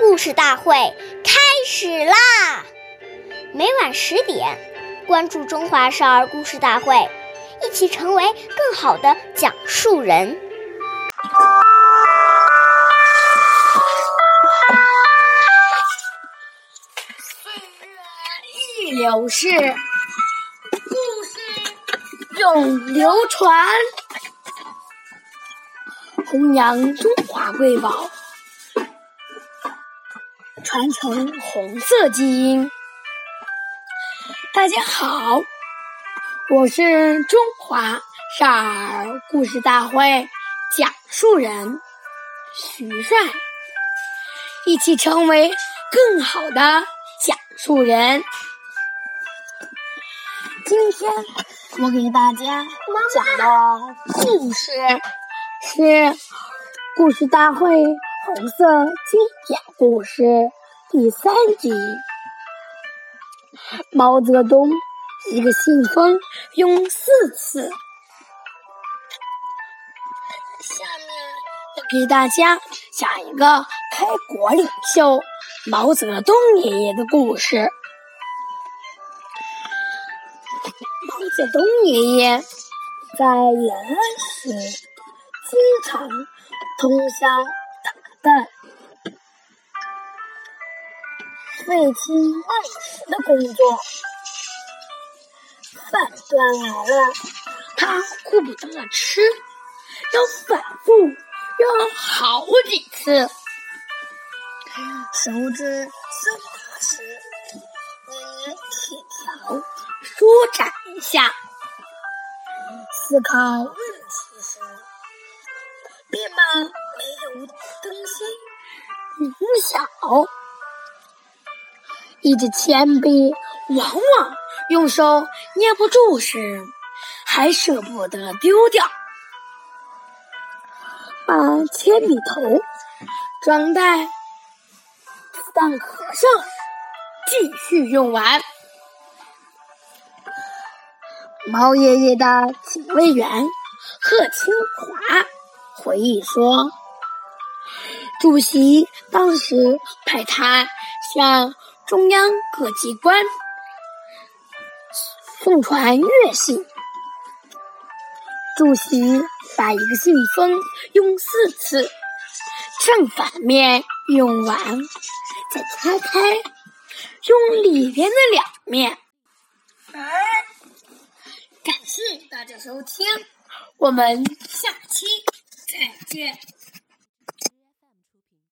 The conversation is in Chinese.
故事大会开始啦！每晚10点，关注中华少儿故事大会，一起成为更好的讲述人。 岁月易流逝，故事永流传，弘扬中华瑰宝，传承红色基因。大家好，我是中华少儿故事大会讲述人徐帅，一起成为更好的讲述人。今天我给大家讲的故事是故事大会红色经典故事第3集。毛泽东一个信封用4次。下面我给大家讲一个开国领袖毛泽东爷爷的故事。毛泽东爷爷在延安时经常通宵达旦，废寝忘食的工作。饭端来了，他顾不得吃，要反复要好几次。手指酸麻时，捏铁条，舒展一下。思考问题时，便把煤油灯芯拧小。一支铅笔往往用手捏不住时，还舍不得丢掉，把铅笔头装在子弹壳上，继续用完。毛爷爷的警卫员贺清华回忆说，主席当时派他向中央各机关送传阅信，主席把一个信封用4次，正反面用完，再拆开，用里边的2面。感谢大家收听，我们下期再见。